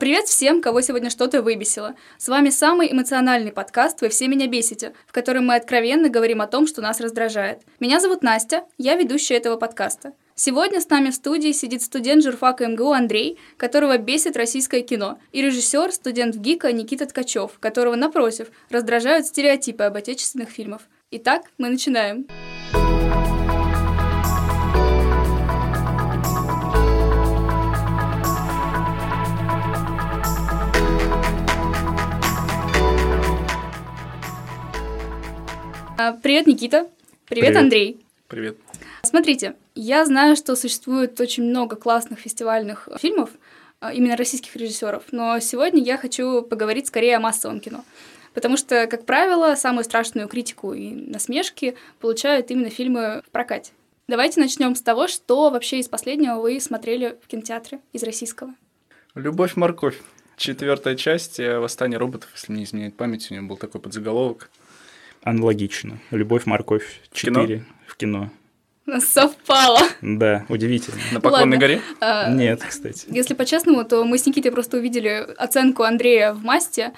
Привет всем, кого сегодня что-то выбесило. С вами самый эмоциональный подкаст «Вы все меня бесите», в котором мы откровенно говорим о том, что нас раздражает. Меня зовут Настя, я ведущая этого подкаста. Сегодня с нами в студии сидит студент журфака МГУ Андрей, которого бесит российское кино, и режиссер, студент ВГИКа Никита Ткачев, которого, напротив, раздражают стереотипы об отечественных фильмах. Итак, мы начинаем. Привет, Никита. Привет, Андрей. Привет. Смотрите, я знаю, что существует очень много классных фестивальных фильмов, именно российских режиссеров, но сегодня я хочу поговорить скорее о массовом кино. Потому что, как правило, самую страшную критику и насмешки получают именно фильмы в прокате. Давайте начнем с того, что вообще из последнего вы смотрели в кинотеатре из российского. «Любовь, морковь». 4-я часть «Восстание роботов», если не изменяет память, у него был такой подзаголовок. Аналогично. «Любовь, морковь» 4 в кино. У нас совпало. Да, удивительно. На Поклонной горе? Нет, кстати. Если по-честному, то мы с Никитой просто увидели оценку Андрея в Масте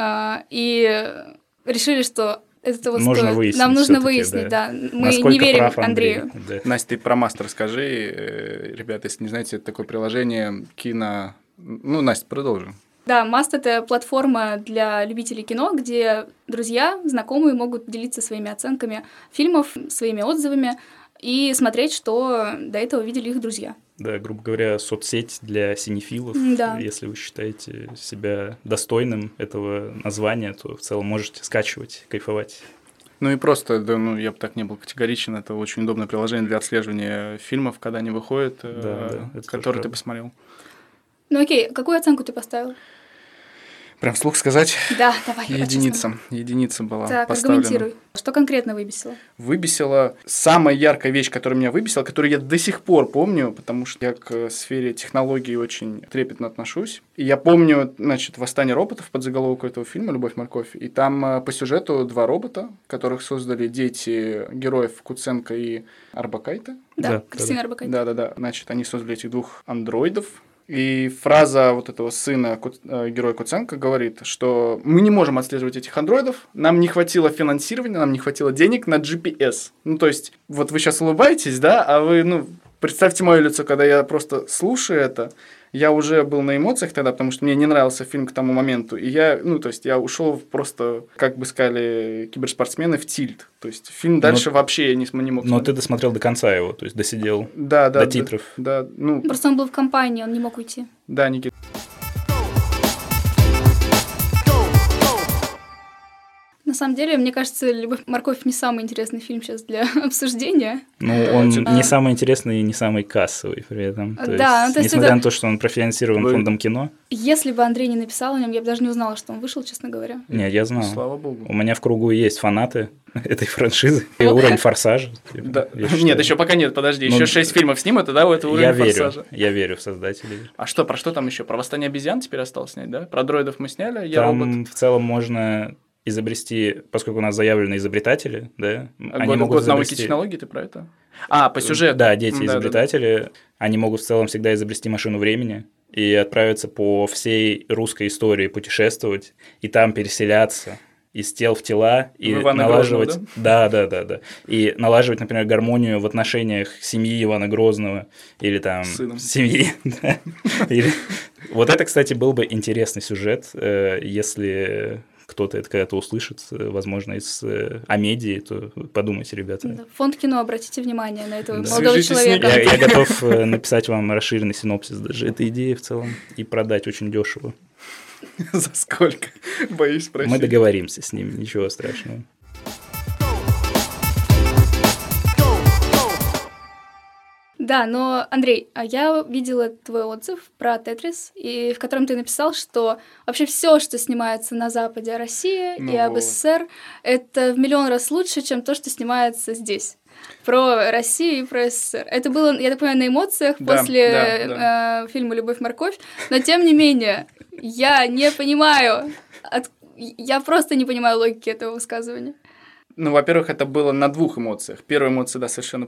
и решили, что это того стоит. Нам нужно выяснить, да. Мы насколько не верим прав Андрею. Да. Настя, ты про Маст расскажи. Ребята, если не знаете, это такое приложение кино... Ну, Настя, продолжим. Да, Маст — это платформа для любителей кино, где друзья, знакомые могут делиться своими оценками фильмов, своими отзывами и смотреть, что до этого видели их друзья. Да, грубо говоря, соцсеть для синефилов. Да. Если вы считаете себя достойным этого названия, то в целом можете скачивать, кайфовать. Ну и просто, я бы так не был категоричен, это очень удобное приложение для отслеживания фильмов, когда они выходят, которые ты посмотрел. Ну окей, какую оценку ты поставил? Прям вслух сказать? Да, давай. Единица была так, поставлена. Аргументируй. Что конкретно выбесило? Выбесила самая яркая вещь, которая меня выбесила, которую я до сих пор помню, потому что я к сфере технологий очень трепетно отношусь. И я помню, «Восстание роботов» под заголовок этого фильма «Любовь, морковь». И там по сюжету 2 робота, которых создали дети героев Куценко и Арбакайте. Да, Кристина Арбакайте. Да. Они создали этих 2 андроидов. И фраза вот этого сына героя Куценко говорит, что мы не можем отслеживать этих андроидов, нам не хватило финансирования, нам не хватило денег на GPS. Ну, то есть, вот вы сейчас улыбаетесь, да, а вы, представьте мое лицо, когда я просто слушаю это, я уже был на эмоциях тогда, потому что мне не нравился фильм к тому моменту, и я ушел просто, как бы сказали киберспортсмены, в тильт. То есть фильм дальше вообще я не мог. Но ты досмотрел до конца его, то есть досидел до титров. Да. Просто он был в компании, он не мог уйти. Да, Никита. На самом деле, мне кажется, «Любовь, морковь» не самый интересный фильм сейчас для обсуждения. Он не самый интересный и не самый кассовый при этом. То есть, несмотря на то, что он профинансирован фондом кино. Если бы Андрей не написал о нем, я бы даже не узнала, что он вышел, честно говоря. Нет, я знал. Слава богу. У меня в кругу есть фанаты этой франшизы. И уровень «Форсажа». Нет, еще пока нет, подожди. Еще 6 фильмов снимут, и это уровень «Форсажа». Я верю в создателей. А про что там еще? Про «Восстание обезьян» теперь осталось снять, да? Про дроидов мы сняли, «Я робот». Там в целом можно изобрести, поскольку у нас заявлены изобретатели, да, они могут науки и технологий, ты про это? По сюжету. Да, дети-изобретатели, они могут в целом всегда изобрести машину времени и отправиться по всей русской истории путешествовать, и там переселяться из тел в тела и налаживать... Да? Да. И налаживать, например, гармонию в отношениях семьи Ивана Грозного или там семьи. Вот это, кстати, был бы интересный сюжет, если кто-то это когда-то услышит, возможно, из Амедии, то подумайте, ребята. Да, фонд кино, обратите внимание на этого молодого человека. Я готов написать вам расширенный синопсис даже этой идеи в целом и продать очень дешево. За сколько? Боюсь спросить. Мы договоримся с ним, ничего страшного. Да, но, Андрей, я видела твой отзыв про «Тетрис», и в котором ты написал, что вообще все, что снимается на Западе о России и об СССР, это в миллион раз лучше, чем то, что снимается здесь. Про Россию и про СССР. Это было, я так понимаю, на эмоциях после фильма «Любовь, морковь», но тем не менее, я не понимаю, я просто не понимаю логики этого высказывания. Во-первых, это было на 2 эмоциях. Первая эмоция, совершенно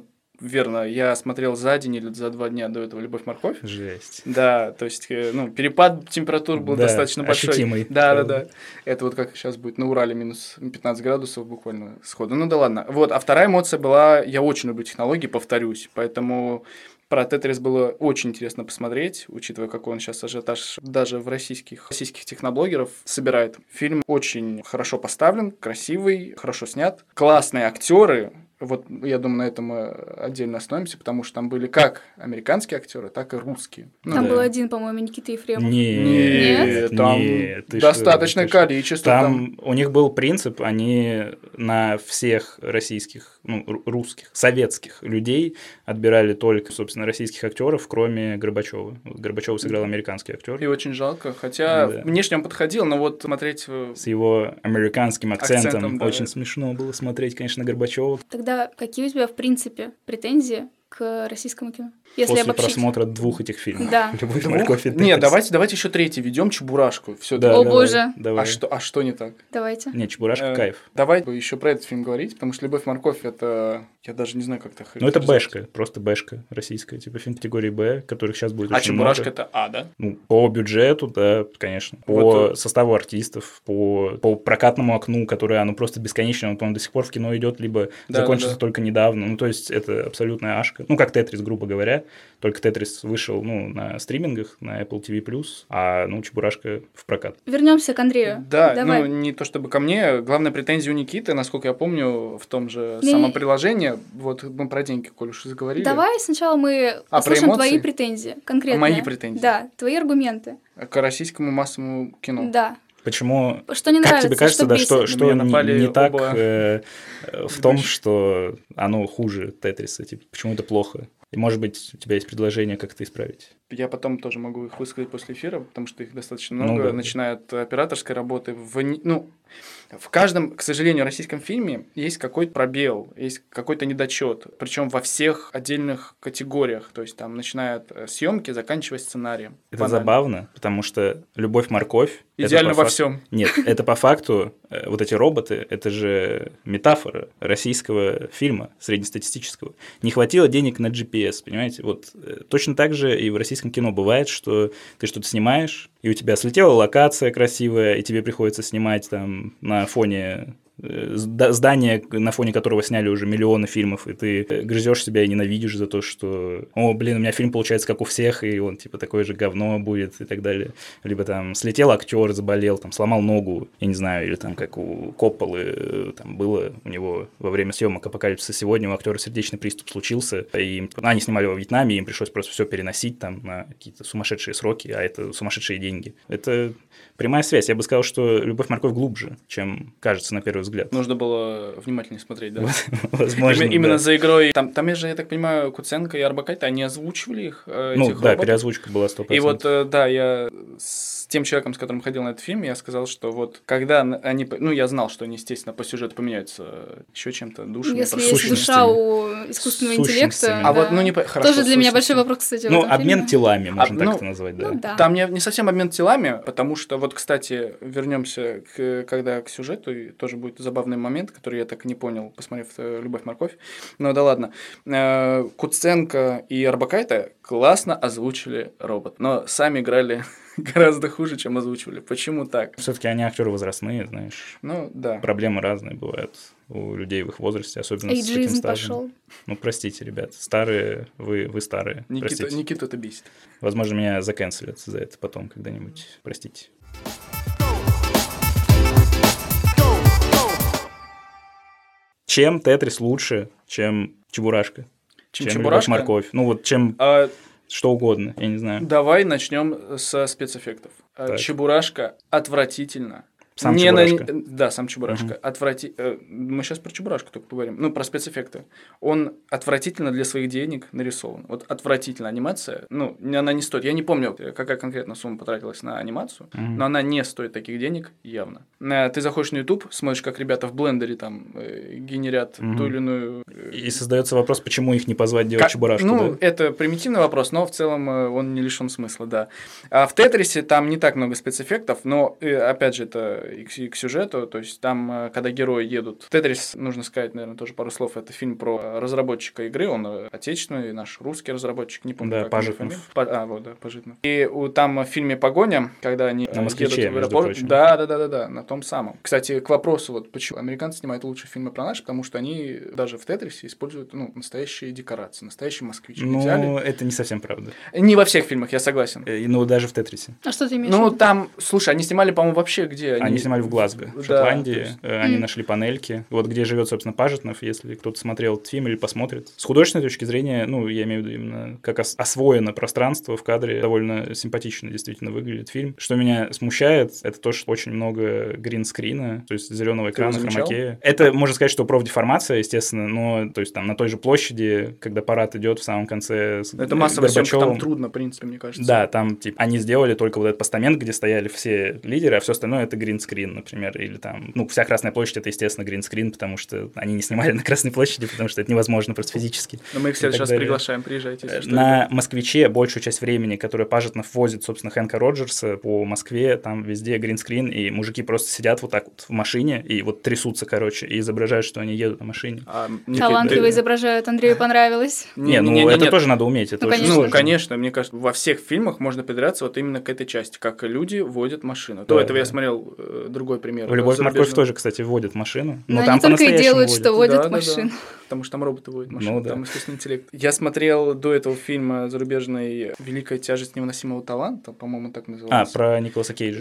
верно. Я смотрел за день или за 2 дня до этого «Любовь-морковь». Жесть. Да, то есть, перепад температур был достаточно большой. Ощутимый. Да. Это вот как сейчас будет на Урале минус 15 градусов буквально сходу. Ну да ладно. Вот, а вторая эмоция была, я очень люблю технологии, повторюсь, поэтому... Про «Тетрис» было очень интересно посмотреть, учитывая, какой он сейчас ажиотаж даже в российских техноблогеров собирает. Фильм очень хорошо поставлен, красивый, хорошо снят, классные актеры. Вот, я думаю, на этом мы отдельно остановимся, потому что там были как американские актеры, так и русские. Там был один, по-моему, Никита Ефремов. Нет, там достаточное количество. Там у них был принцип, они на всех российских, русских, советских людей отбирали только, собственно, российских актеров, кроме Горбачева. Горбачева сыграл американский актер. И очень жалко, хотя внешне он подходил, но вот смотреть... С его американским акцентом очень смешно было смотреть, конечно, Горбачева. Тогда какие у тебя, в принципе, претензии к российскому кино? Если После обобщить. просмотра 2 этих фильмов. Да. «Любовь, морковь и Тетрис». Нет, давайте еще третий ведем, «Чебурашку». О, боже. Давай. А что не так? Давайте. Нет, «Чебурашка» кайф. Давай еще про этот фильм говорить, потому что «Любовь, морковь» — это... Я даже не знаю, как это это бэшка, просто бэшка российская, типа фильм категории Б, которых сейчас будет очень много. А «Чебурашка» — это А, да? По бюджету, да, конечно. По составу артистов, по прокатному окну, которое оно просто бесконечно, он до сих пор в кино идет, либо закончился только недавно. То есть это абсолютная ашка. Как «Тетрис», грубо говоря. Только «Тетрис» вышел, на стримингах, на Apple TV+, а, «Чебурашка» в прокат. Вернемся к Андрею. Да, давай. Не то чтобы ко мне. Главная претензия у Никиты, насколько я помню, в том же самом приложении. Вот мы про деньги, коль уж заговорили. Давай сначала мы послушаем твои претензии. Конкретно. Мои претензии? Да, твои аргументы. К российскому массовому кино. Да. Почему? Что не нравится? Как тебе кажется, что не так в том, ведущих. Что оно хуже «Тетриса»? Типа, почему это плохо? И, может быть, у тебя есть предложение, как это исправить? Я потом тоже могу их высказать после эфира, потому что их достаточно много. Начиная от операторской работы. В каждом, к сожалению, российском фильме есть какой-то пробел, есть какой-то недочет. Причем во всех отдельных категориях. То есть там начиная от съемки, заканчивая сценарием. Это забавно, потому что «Любовь, морковь» идеально во всем. Нет, это по факту, вот эти роботы, это же метафора российского фильма среднестатистического. Не хватило денег на GPS, понимаете? Вот точно так же и в российском кино бывает, что ты что-то снимаешь, и у тебя слетела локация красивая, и тебе приходится снимать там на фоне здание, на фоне которого сняли уже миллионы фильмов, и ты грызешь себя и ненавидишь за то, что у меня фильм получается как у всех, и он типа такое же говно будет и так далее. Либо там слетел актер, заболел, там сломал ногу, я не знаю, или там как у Копполы там было у него во время съемок «Апокалипсиса сегодня», у актера сердечный приступ случился, и они снимали во Вьетнаме, им пришлось просто все переносить там на какие-то сумасшедшие сроки, а это сумасшедшие деньги. Это прямая связь. Я бы сказал, что «Любовь, морковь» глубже, чем кажется на первый взгляд. Нужно было внимательнее смотреть, да? Возможно, именно за игрой. Там же, я так понимаю, Куценко и Орбакайте, они озвучивали их, этих роботов? Переозвучка была 100%. И вот, я с тем человеком, с которым ходил на этот фильм, я сказал, что вот когда они... я знал, что они, естественно, по сюжету поменяются еще чем-то, душами. Если есть душа у искусственного интеллекта, а вот, хорошо. Тоже для меня большой вопрос, кстати, обмен телами, можно так это назвать, да. Там не совсем обмен телами, потому что, вот, кстати, вернемся к сюжету, и тоже будет забавный момент, который я так и не понял, посмотрев «Любовь, морковь». Ну да ладно. Куценко и Орбакайте классно озвучили робот, но сами играли гораздо хуже, чем озвучивали. Почему так? Все-таки они актеры возрастные, знаешь. Да. Проблемы разные бывают у людей в их возрасте, особенно с таким стажем. Пошел. Простите, ребят, старые, вы старые. Никиту это бесит. Возможно, меня заканцелят за это потом когда-нибудь. Простите. Чем «Тетрис» лучше, чем «Чебурашка»? Чем «Чебурашка»? «Морковь». чем что угодно, я не знаю. Давай начнем со спецэффектов. Так. «Чебурашка» отвратительно. Сам Чебурашка. Да, сам Чебурашка. Мы сейчас про Чебурашку только поговорим. Про спецэффекты. Он отвратительно для своих денег нарисован. Вот отвратительно анимация. Она не стоит. Я не помню, какая конкретно сумма потратилась на анимацию, но она не стоит таких денег явно. Ты заходишь на YouTube, смотришь, как ребята в блендере там генерят ту или иную... И создается вопрос, почему их не позвать делать Чебурашку, да? Это примитивный вопрос, но в целом он не лишен смысла, да. А в «Тетрисе» там не так много спецэффектов, но, опять же, это и к сюжету. То есть там, когда герои едут... Тетрис, нужно сказать, наверное, тоже пару слов. Это фильм про разработчика игры. Он отечественный, наш русский разработчик. Не помню, да, как Пажитнов. Пажитнов. И там в фильме «Погоня», когда они на «Москвиче», едут в аэропорт... Да, на том самом. Кстати, к вопросу, вот почему американцы снимают лучшие фильмы про наши, потому что они даже в «Тетрисе» используют настоящие декорации, настоящий москвич. Ну, это не совсем правда. Не во всех фильмах, я согласен. Ну, даже в «Тетрисе». А что ты имеешь в виду? Ну, там, слушай, они снимали, по-моему, вообще где? Они снимали в Глазго, в Шотландии. Они нашли панельки. Вот где живет, собственно, Пажитнов, если кто-то смотрел этот фильм или посмотрит. С художественной точки зрения, ну, я имею в виду именно как освоено пространство в кадре, довольно симпатично действительно выглядит фильм. Что меня смущает, это то, что очень много гринскрина, то есть зеленого экрана, хромакея. Это, можно сказать, что профдеформация, естественно, но, то есть там на той же площади, когда парад идет в самом конце с это массовая съемка, там трудно, в принципе, мне кажется. Да, там, типа, они сделали только вот этот постамент, где стояли все лидеры, а все остальное это гринскрин, например, или там, ну, вся Красная площадь это, естественно, гринскрин, потому что они не снимали на Красной площади, потому что это невозможно просто физически. Но мы их в следующий раз приглашаем, приезжайте. Если на «Москвиче» большую часть времени, которую Пажитнов возит, собственно, Хэнка Роджерса по Москве, там везде гринскрин, и мужики просто сидят вот так вот в машине и вот трясутся, короче, и изображают, что они едут на машине. Талантливо изображают, Андрею понравилось. Это тоже надо уметь, это очень сложно. Конечно, мне кажется, во всех фильмах можно придраться вот именно к этой части, как люди водят машину. До этого я смотрел другой пример. «Любовь, морковь» тоже, кстати, водит машину. Но там только и делают, что водят машину. Потому что там роботы водят машину, там искусственный интеллект. Я смотрел до этого фильма зарубежный «Великая тяжесть невыносимого таланта», по-моему, так назывался. Про Николаса Кейджа.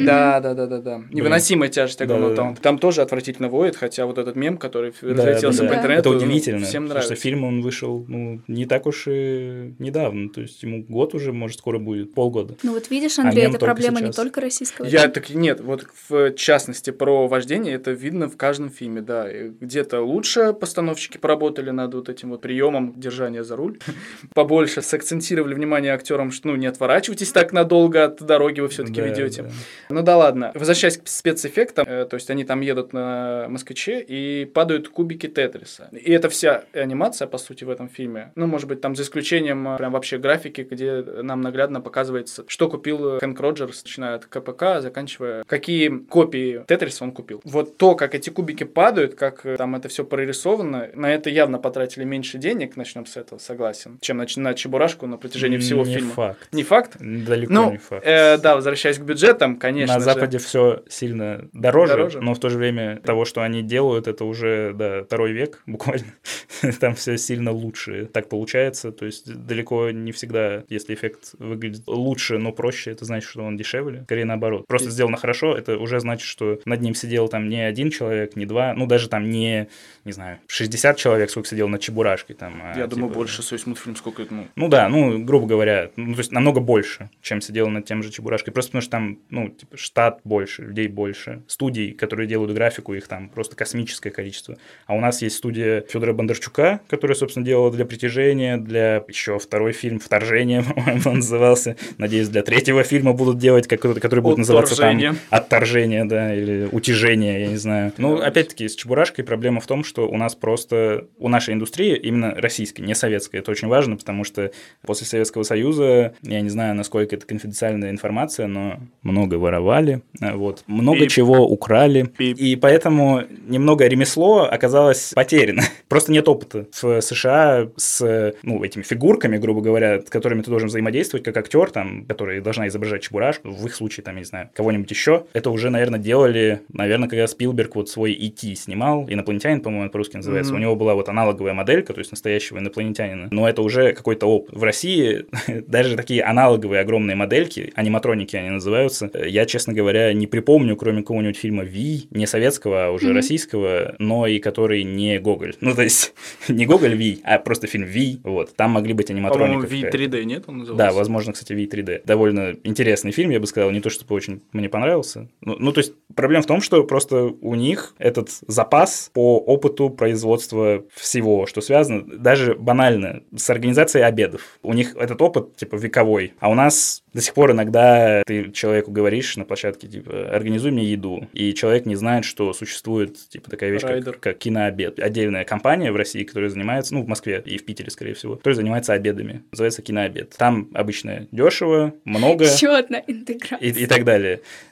Да. «Невыносимая тяжесть огромного таланта». Там тоже отвратительно водит, хотя вот этот мем, который разлетелся по интернету, это удивительно, всем нравится. Потому что фильм, он вышел, не так уж и недавно, то есть ему год уже, может, скоро будет, полгода. Ну вот видишь, Андрей, это проблема не только российского. Нет, вот в частности про вождение это видно в каждом фильме, да. Где-то лучше постановщики поработали над вот этим вот приемом держания за руль, побольше сакцентировали внимание актерам, что не отворачивайтесь так надолго от дороги, вы все-таки ведете. Ну да ладно. Возвращаясь к спецэффектам, то есть они там едут на москвиче и падают кубики Тетриса. И это вся анимация, по сути, в этом фильме. Ну, может быть, там за исключением прям вообще графики, где нам наглядно показывается, что купил Хэнк Роджерс, начиная от КПК, заканчивая, какие копии Тетриса он купил. Вот то, как эти кубики падают, как там это все прорисовано, на это явно потратили меньше денег, начнем с этого, согласен, чем на Чебурашку на протяжении всего фильма. Не факт. Далеко не факт. Да, возвращаясь к бюджетам, конечно. На Западе все сильно дороже, но в то же время того, что они делают, это уже, второй век буквально. Там все сильно лучше. Так получается. То есть далеко не всегда, если эффект выглядит лучше, но проще, это значит, что он дешевле. Скорее наоборот. Просто сделано хорошо, это уже значит, что над ним сидел там не один человек, не два, даже там не знаю, 60 человек, сколько сидел над Чебурашкой. Там, я думаю, больше, союз мультфильм, сколько это, грубо говоря, то есть намного больше, чем сидел над тем же Чебурашкой. Просто потому что там, штат больше, людей больше, студий, которые делают графику, их там просто космическое количество. А у нас есть студия Федора Бондарчука, которая, собственно, делала «Для притяжения», для еще второй фильм «Вторжение», по-моему, он назывался. Надеюсь, для третьего фильма будут делать, который будет называться там «Отторжение», или «Утяжение», я не знаю. Опять-таки, с Чебурашкой проблема в том, что у нас просто, у нашей индустрии, именно российской, не советской, это очень важно, потому что после Советского Союза, я не знаю, насколько это конфиденциальная информация, но много воровали, много чего украли, и поэтому немного ремесло оказалось потеряно. Просто нет опыта в США с, этими фигурками, грубо говоря, с которыми ты должен взаимодействовать как актер, там, который должна изображать Чебурашку, в их случае, там, я не знаю, кого-нибудь еще. Это уже, наверное, делали, когда Спилберг свой E.T. снимал, «Инопланетянин», по-моему, по-русски называется. У него была аналоговая моделька, то есть настоящего инопланетянина, но это уже какой-то опыт. В России даже такие аналоговые огромные модельки, аниматроники они называются, я, честно говоря, не припомню, кроме какого-нибудь фильма «Ви», не советского, а уже российского, но и который не Гоголь. То есть не Гоголь «Ви», а просто фильм «Ви», там могли быть аниматроники. По-моему, «Ви 3D», нет, он назывался? Да, возможно, кстати, «Ви 3D». Довольно интересный фильм, я бы сказал, не то, чтобы очень мне понравился. То есть проблема в том, что просто у них этот запас по опыту производства всего, что связано, даже банально, с организацией обедов. У них этот опыт, вековой, а у нас до сих пор иногда ты человеку говоришь на площадке, организуй мне еду, и человек не знает, что существует, такая вещь, как кинообед. Отдельная компания в России, которая занимается, в Москве и в Питере, скорее всего, которая занимается обедами. Называется «Кинообед». Там обычно дешево, много. Еще одна интеграция. И так далее.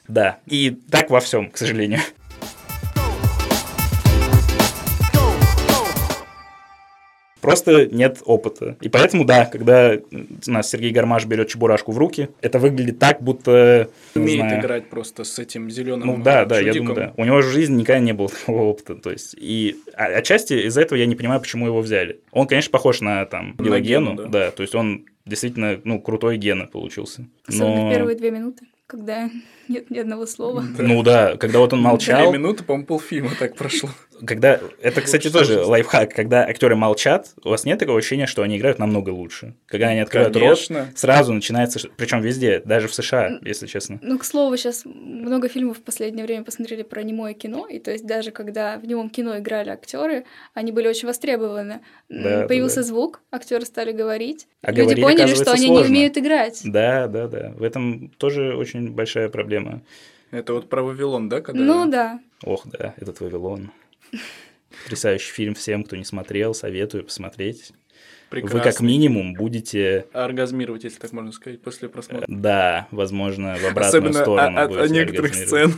Да, и так во всем, к сожалению. Просто нет опыта. И поэтому, да, когда у нас Сергей Гармаш берет Чебурашку в руки, это выглядит так, будто... Умеет играть просто с этим зеленым чудиком. Да, я думаю, да. У него же в жизни никогда не было такого опыта. То есть, и отчасти из-за этого я не понимаю, почему его взяли. Он, конечно, похож на Гену, да. То есть, он действительно, крутой Гена получился. Особенно в первые 2 минуты, когда нет ни одного слова. Да, когда вот он молчал... 2 минуты, по-моему, полфильма так прошло. Это, кстати, тоже лайфхак. Когда актеры молчат, у вас нет такого ощущения, что они играют намного лучше. Когда они открывают рот, сразу начинается... Причем везде, даже в США, если честно. К слову, сейчас много фильмов в последнее время посмотрели про немое кино, и то есть даже когда в немом кино играли актеры, они были очень востребованы. Появился звук, актеры стали говорить. Люди поняли, что они не умеют играть. Да. В этом тоже очень большая проблема. Это вот про Вавилон, да? Когда... да. Ох, да, этот Вавилон. Потрясающий фильм, всем, кто не смотрел, советую посмотреть. Прекрасный. Вы как минимум будете... оргазмировать, если так можно сказать, после просмотра. Да, возможно, в обратную сторону будете от некоторых сцен.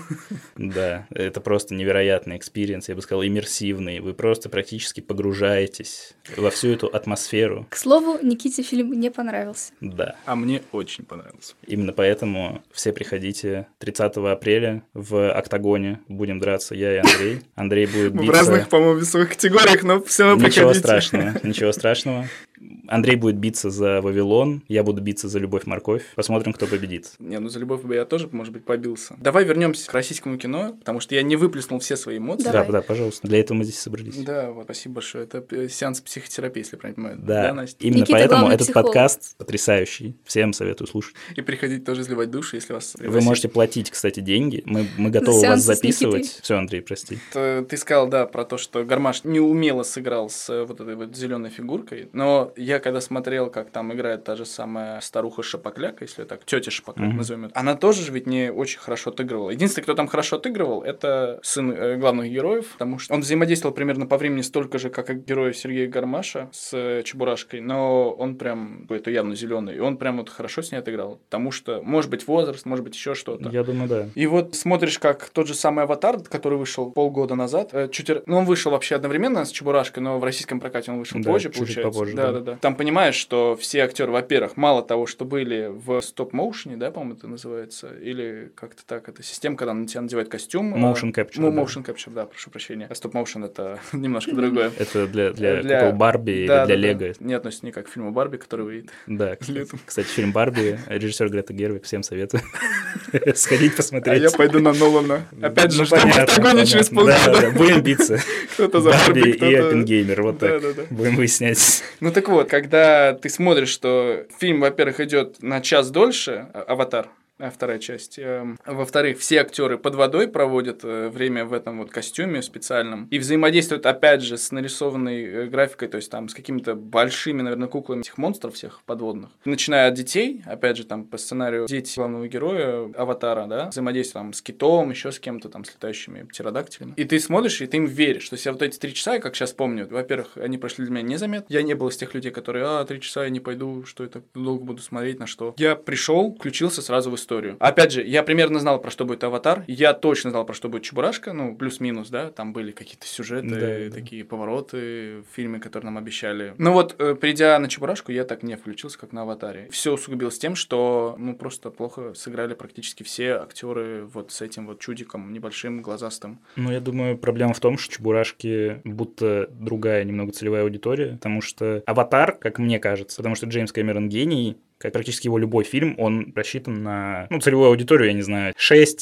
Да, это просто невероятный экспириенс, я бы сказал, иммерсивный. Вы просто практически погружаетесь во всю эту атмосферу. К слову, Никите фильм не понравился. Да. А мне очень понравился. Именно поэтому все приходите 30 апреля в «Октагоне». Будем драться я и Андрей. Андрей будет биться... В разных, по-моему, весовых категориях, но все равно приходите. Ничего страшного. Андрей будет биться за «Вавилон», я буду биться за «Любовь-морковь». Посмотрим, кто победит. За «Любовь» бы я тоже, может быть, побился. Давай вернемся к российскому кино, потому что я не выплеснул все свои эмоции. Да, пожалуйста. Для этого мы здесь собрались. Да, спасибо большое. Это сеанс психотерапии, если я правильно понимаю. Да, Настя? Именно Никита, поэтому этот психолог. Подкаст потрясающий. Всем советую слушать. И приходить тоже изливать душу, если вас... Вы можете платить, кстати, деньги. Мы готовы вас записывать. Все, Андрей, прости. Ты сказал, да, про то, что Гармаш неумело сыграл с вот этой вот зеленой фигуркой, но я когда смотрел, как там играет та же самая старуха Шапокляк, если так, тетя Шапокляк назовем это, она тоже же ведь не очень хорошо отыгрывала. Единственный, кто там хорошо отыгрывал, это сын главных героев, потому что он взаимодействовал примерно по времени столько же, как и герой Сергея Гармаша с Чебурашкой, но он прям какой-то явно зеленый, и он прям вот хорошо с ней отыграл, потому что, может быть, возраст, может быть, еще что-то. Я думаю, да. И вот смотришь, как тот же самый «Аватар», который вышел полгода назад, он вышел вообще одновременно с Чебурашкой, но в российском прокате он вышел позже, получается. Попозже, да. Там понимаешь, что все актеры, во-первых, мало того, что были в стоп-моушене, да, по-моему, это называется, или как-то так, это система, когда на тебя надевают костюм. Motion capture. Motion capture, да, прошу прощения. А стоп-моушен — это немножко другое. Это для кукол Барби или для Лего. Не относится никак к фильму Барби, который выйдет. Да, кстати, фильм Барби, режиссер Грета Гервиг, всем советую сходить посмотреть. А я пойду на Нолана. Опять же, в «Октагоне» через полгода. Да, будем биться. Кто-то за Барби и Оппенгеймер, вот так. Будем выяснять. Так вот, когда ты смотришь, что фильм, во-первых, идет на час дольше, «Аватар», вторая часть. Во-вторых, все актеры под водой проводят время в этом вот костюме специальном и взаимодействуют, опять же, с нарисованной графикой, то есть там с какими-то большими, наверное, куклами этих монстров всех подводных. Начиная от детей, опять же, там по сценарию дети главного героя «Аватара», да, взаимодействуют там с китом, еще с кем-то там, с летающими птеродактилями. И ты смотришь, и ты им веришь. То есть я вот эти 3 часа, как сейчас помню, во-первых, они прошли для меня незаметно. Я не был из тех людей, которые, 3 часа я не пойду, что это долго буду смотреть, на что. Я пришел, включился сразу в историю. Опять же, я примерно знал, про что будет «Аватар», я точно знал, про что будет «Чебурашка», плюс-минус, да, там были какие-то сюжеты, такие повороты в фильме, которые нам обещали. Но вот, придя на «Чебурашку», я так не включился, как на «Аватаре». Все усугубилось тем, что, просто плохо сыграли практически все актеры вот с этим вот чудиком небольшим, глазастым. Я думаю, проблема в том, что «Чебурашки» будто другая немного целевая аудитория, потому что «Аватар», как мне кажется, потому что Джеймс Кэмерон гений, как практически его любой фильм, он рассчитан на, целевую аудиторию, я не знаю,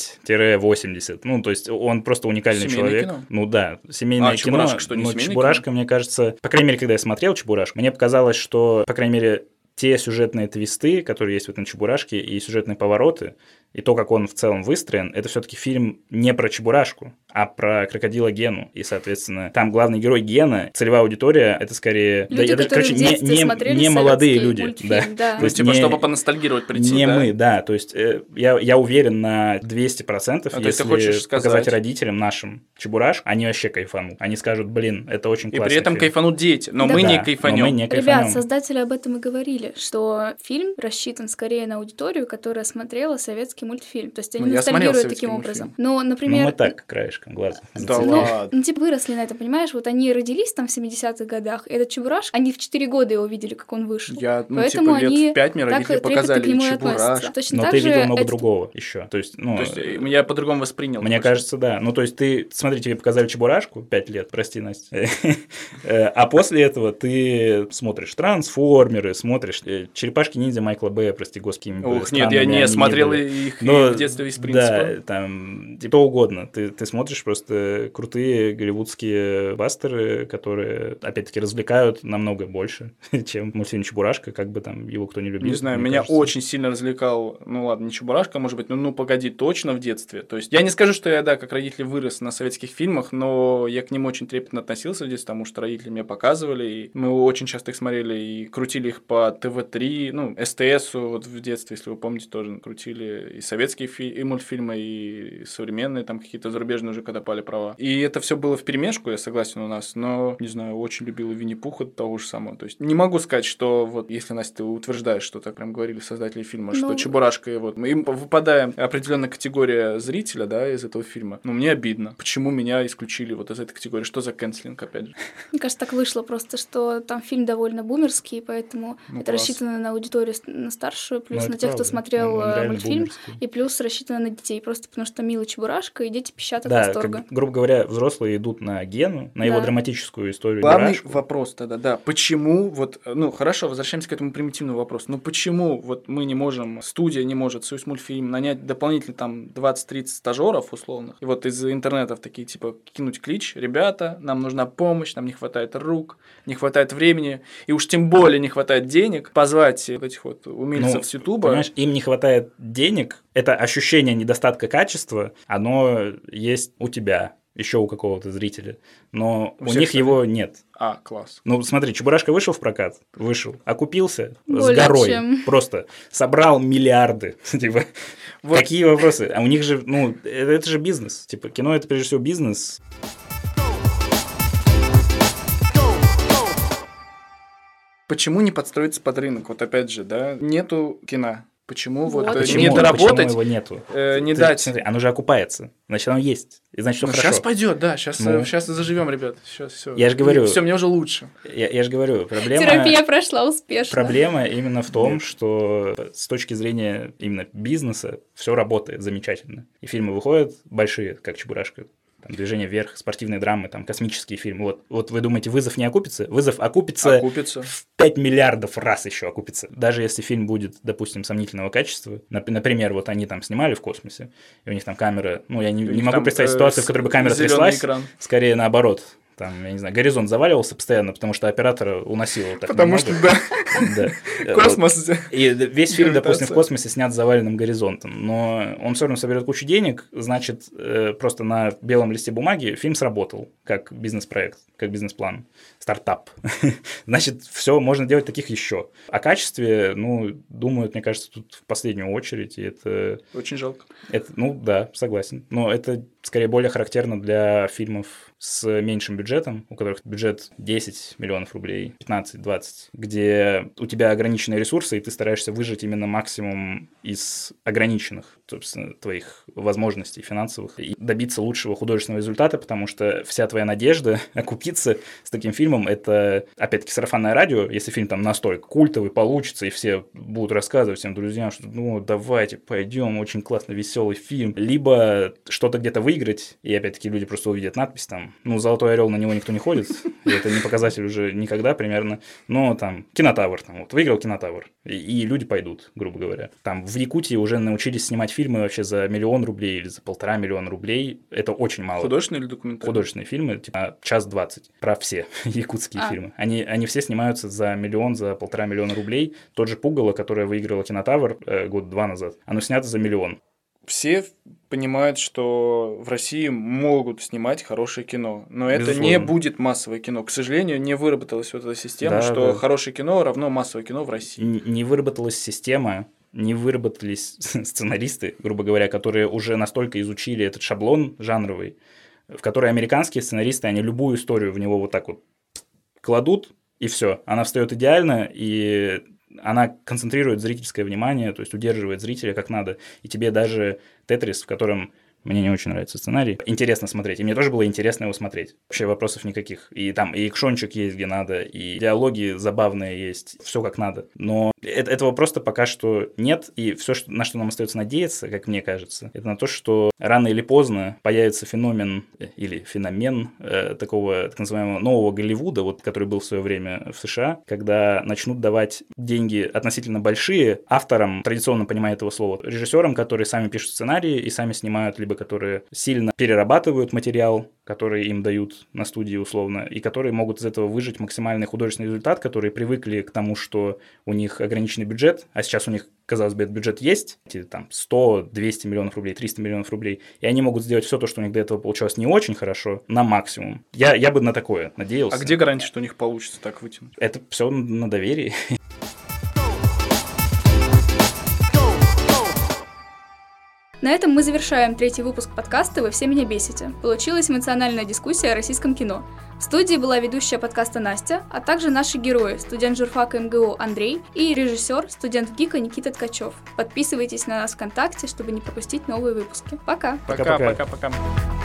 6-80. То есть он просто уникальный семейное человек. Кино? Семейное кино. «Чебурашка» что, не семейное «Чебурашка», кино? мне кажется, по крайней мере, когда я смотрел «Чебурашку», мне показалось, что, по крайней мере, те сюжетные твисты, которые есть в этом «Чебурашке», и сюжетные повороты, и то, как он в целом выстроен, это все-таки фильм не про Чебурашку, а про крокодила Гену. И, соответственно, там главный герой Гена, целевая аудитория, это скорее... Люди, которые в детстве смотрели не молодые люди. Мультфильм, да. То есть, чтобы поностальгировать прийти, не мы, да. То есть, я уверен на 200%, если ты хочешь показать родителям нашим Чебурашку, они вообще кайфанут. Они скажут, это очень классный фильм. И при этом кайфанут дети, но мы не кайфанем. Ребят, создатели об этом и говорили, что фильм рассчитан скорее на аудиторию, которая смотрела советские советский мультфильм. То есть они ностальгируют таким образом. Но, например... Ну, мы так, краешком глаза. Да ладно. Ну, типа, выросли на это, понимаешь? Вот они родились там в 70-х годах, и этот Чебурашка, они в 4 года его видели, как он вышел. Поэтому лет в 5 мне родители показали Чебурашку. Но ты видел много другого еще. То есть, я по-другому воспринял. Мне кажется, да. Ну, то есть, смотри, тебе показали Чебурашку 5 лет, прости, Настя. А после этого ты смотришь «Трансформеры», смотришь «Черепашки-ниндзя» Майкла Бэя, прости господи. Ух, нет, я не смотрел их в детстве из принципа. Да, там, что угодно. Ты смотришь просто крутые голливудские бастеры, которые, опять-таки, развлекают намного больше, чем мультфильм «Чебурашка», как бы там его кто не любил. Не знаю, меня очень сильно развлекал, ну ладно, не Чебурашка, может быть, ну погоди, точно в детстве. То есть я не скажу, что я, да, как родитель вырос на советских фильмах, но я к ним очень трепетно относился в детстве, потому что родители мне показывали, и мы очень часто их смотрели и крутили их по ТВ-3, ну, СТС вот в детстве, если вы помните, тоже крутили и советские и мультфильмы, и современные, там какие-то зарубежные уже, когда пали права. И это все было вперемешку, я согласен, у нас, но, не знаю, очень любил Винни-Пуха того же самого. То есть не могу сказать, что вот, если, Настя, ты утверждаешь, что так прям говорили создатели фильма, что Чебурашка, и вот мы им выпадаем определенная категория зрителя, да, из этого фильма. Но мне обидно. Почему меня исключили вот из этой категории? Что за кэнселинг, опять же? Мне кажется, так вышло просто, что там фильм довольно бумерский, поэтому это рассчитано на аудиторию на старшую, плюс на тех, кто смотрел мультфильм, и плюс рассчитано на детей, просто потому что милый Чебурашка, и дети пищат от восторга. Грубо говоря, взрослые идут на Гену, на его драматическую историю. Главный вопрос тогда, да, почему вот, ну, хорошо, возвращаемся к этому примитивному вопросу, но почему вот мы не можем, студия не может, Союзмультфильм, нанять дополнительно там 20-30 стажеров условных, и вот из интернетов такие, типа, кинуть клич: ребята, нам нужна помощь, нам не хватает рук, не хватает времени, и уж тем более не хватает денег, позвать вот этих вот умельцев с Ютуба. Понимаешь, им не хватает денег, это ощущение недостатка качества, оно есть у тебя, еще у какого-то зрителя, но у них его нет. Класс. Ну, смотри, Чебурашка вышел в прокат? Вышел. Окупился с горой. Просто собрал миллиарды. Типа, какие вопросы? А у них же, ну, это же бизнес. Типа, кино — это прежде всего бизнес. Почему не подстроиться под рынок? Вот опять же, да, нету кино. Почему почему, не доработать? Почему его нету? Не дать. Смотри, оно же окупается. Значит, оно есть. И значит, все хорошо. Сейчас пойдет, да. Сейчас заживем, ребят. Сейчас все. Я же говорю. Все, мне уже лучше. Я же говорю, проблема. Терапия прошла успешно. Проблема именно в том, что с точки зрения именно бизнеса все работает замечательно. И фильмы выходят большие, как Чебурашка. Там «Движение вверх», спортивные драмы, там космические фильмы. Вот вы думаете, «Вызов» не окупится? «Вызов» окупится в 5 миллиардов раз еще окупится. Даже если фильм будет, допустим, сомнительного качества. Например, вот они там снимали в космосе, и у них там камера... Ну, я не могу представить ситуацию, в которой бы камера тряслась. Скорее наоборот. Там, я не знаю, горизонт заваливался постоянно, потому что оператора уносило так потому немного. Что, да. Космос. И весь фильм, допустим, в космосе снят с заваленным горизонтом, но он все равно соберет кучу денег, значит, просто на белом листе бумаги фильм сработал как бизнес-проект, как бизнес-план, стартап. Значит, все можно делать таких еще. О качестве, ну, думают, мне кажется, тут в последнюю очередь, и это... Очень жалко. Ну, да, согласен. Но это скорее более характерно для фильмов с меньшим бюджетом, у которых бюджет 10 миллионов рублей, 15-20, где у тебя ограниченные ресурсы, и ты стараешься выжать именно максимум из ограниченных, собственно, твоих возможностей финансовых и добиться лучшего художественного результата, потому что вся твоя надежда окупиться с таким фильмом — это, опять-таки, сарафанное радио, если фильм там настолько культовый получится, и все будут рассказывать всем друзьям, что ну давайте пойдем, очень классный, веселый фильм, либо что-то где-то выиграть, и опять-таки люди просто увидят надпись там, ну, «Золотой орел», на него никто не ходит, и это не показатель уже никогда примерно, но там «Кинотавр», там, вот, выиграл «Кинотавр», и люди пойдут, грубо говоря. Там в Якутии уже научились снимать фильмы вообще за 1 миллион рублей или за 1,5 миллиона рублей, это очень мало. Художественные или документальные? Художественные фильмы, типа 1:20, про все якутские фильмы. Они все снимаются за 1 миллион, за 1,5 миллиона рублей. Тот же «Пугало», которое выиграло «Кинотавр» 2 года назад, оно снято за 1 миллион. Все понимают, что в России могут снимать хорошее кино, но это Безусловно. не будет массовое кино. К сожалению, не выработалась вот эта система, что хорошее кино равно массовое кино в России. Не выработалась система, не выработались сценаристы, грубо говоря, которые уже настолько изучили этот шаблон жанровый, в который американские сценаристы, они любую историю в него вот так вот кладут, и все, она встает идеально, и она концентрирует зрительское внимание, то есть удерживает зрителя как надо. И тебе даже Тетрис, в котором мне не очень нравится сценарий, интересно смотреть. И мне тоже было интересно его смотреть. Вообще вопросов никаких. И там и экшончик есть где надо, и диалоги забавные есть, все как надо. Но этого просто пока что нет. И все, на что нам остается надеяться, как мне кажется, это на то, что рано или поздно появится феномен такого так называемого нового Голливуда, вот, который был в свое время в США, когда начнут давать деньги относительно большие авторам, традиционно понимая этого слова, режиссерам, которые сами пишут сценарии и сами снимают, либо которые сильно перерабатывают материал, который им дают на студии условно, и которые могут из этого выжать максимальный художественный результат, которые привыкли к тому, что у них ограниченный бюджет, а сейчас у них, казалось бы, этот бюджет есть, там 100, 200 миллионов рублей, 300 миллионов рублей, и они могут сделать все то, что у них до этого получалось не очень хорошо, на максимум. Я бы на такое надеялся. А где гарантия, что у них получится так вытянуть? Это все на доверии. На этом мы завершаем 3-й выпуск подкаста «Вы все меня бесите». Получилась эмоциональная дискуссия о российском кино. В студии была ведущая подкаста Настя, а также наши герои, студент журфака МГУ Андрей и режиссер, студент ГИКа Никита Ткачев. Подписывайтесь на нас ВКонтакте, чтобы не пропустить новые выпуски. Пока! Пока-пока-пока!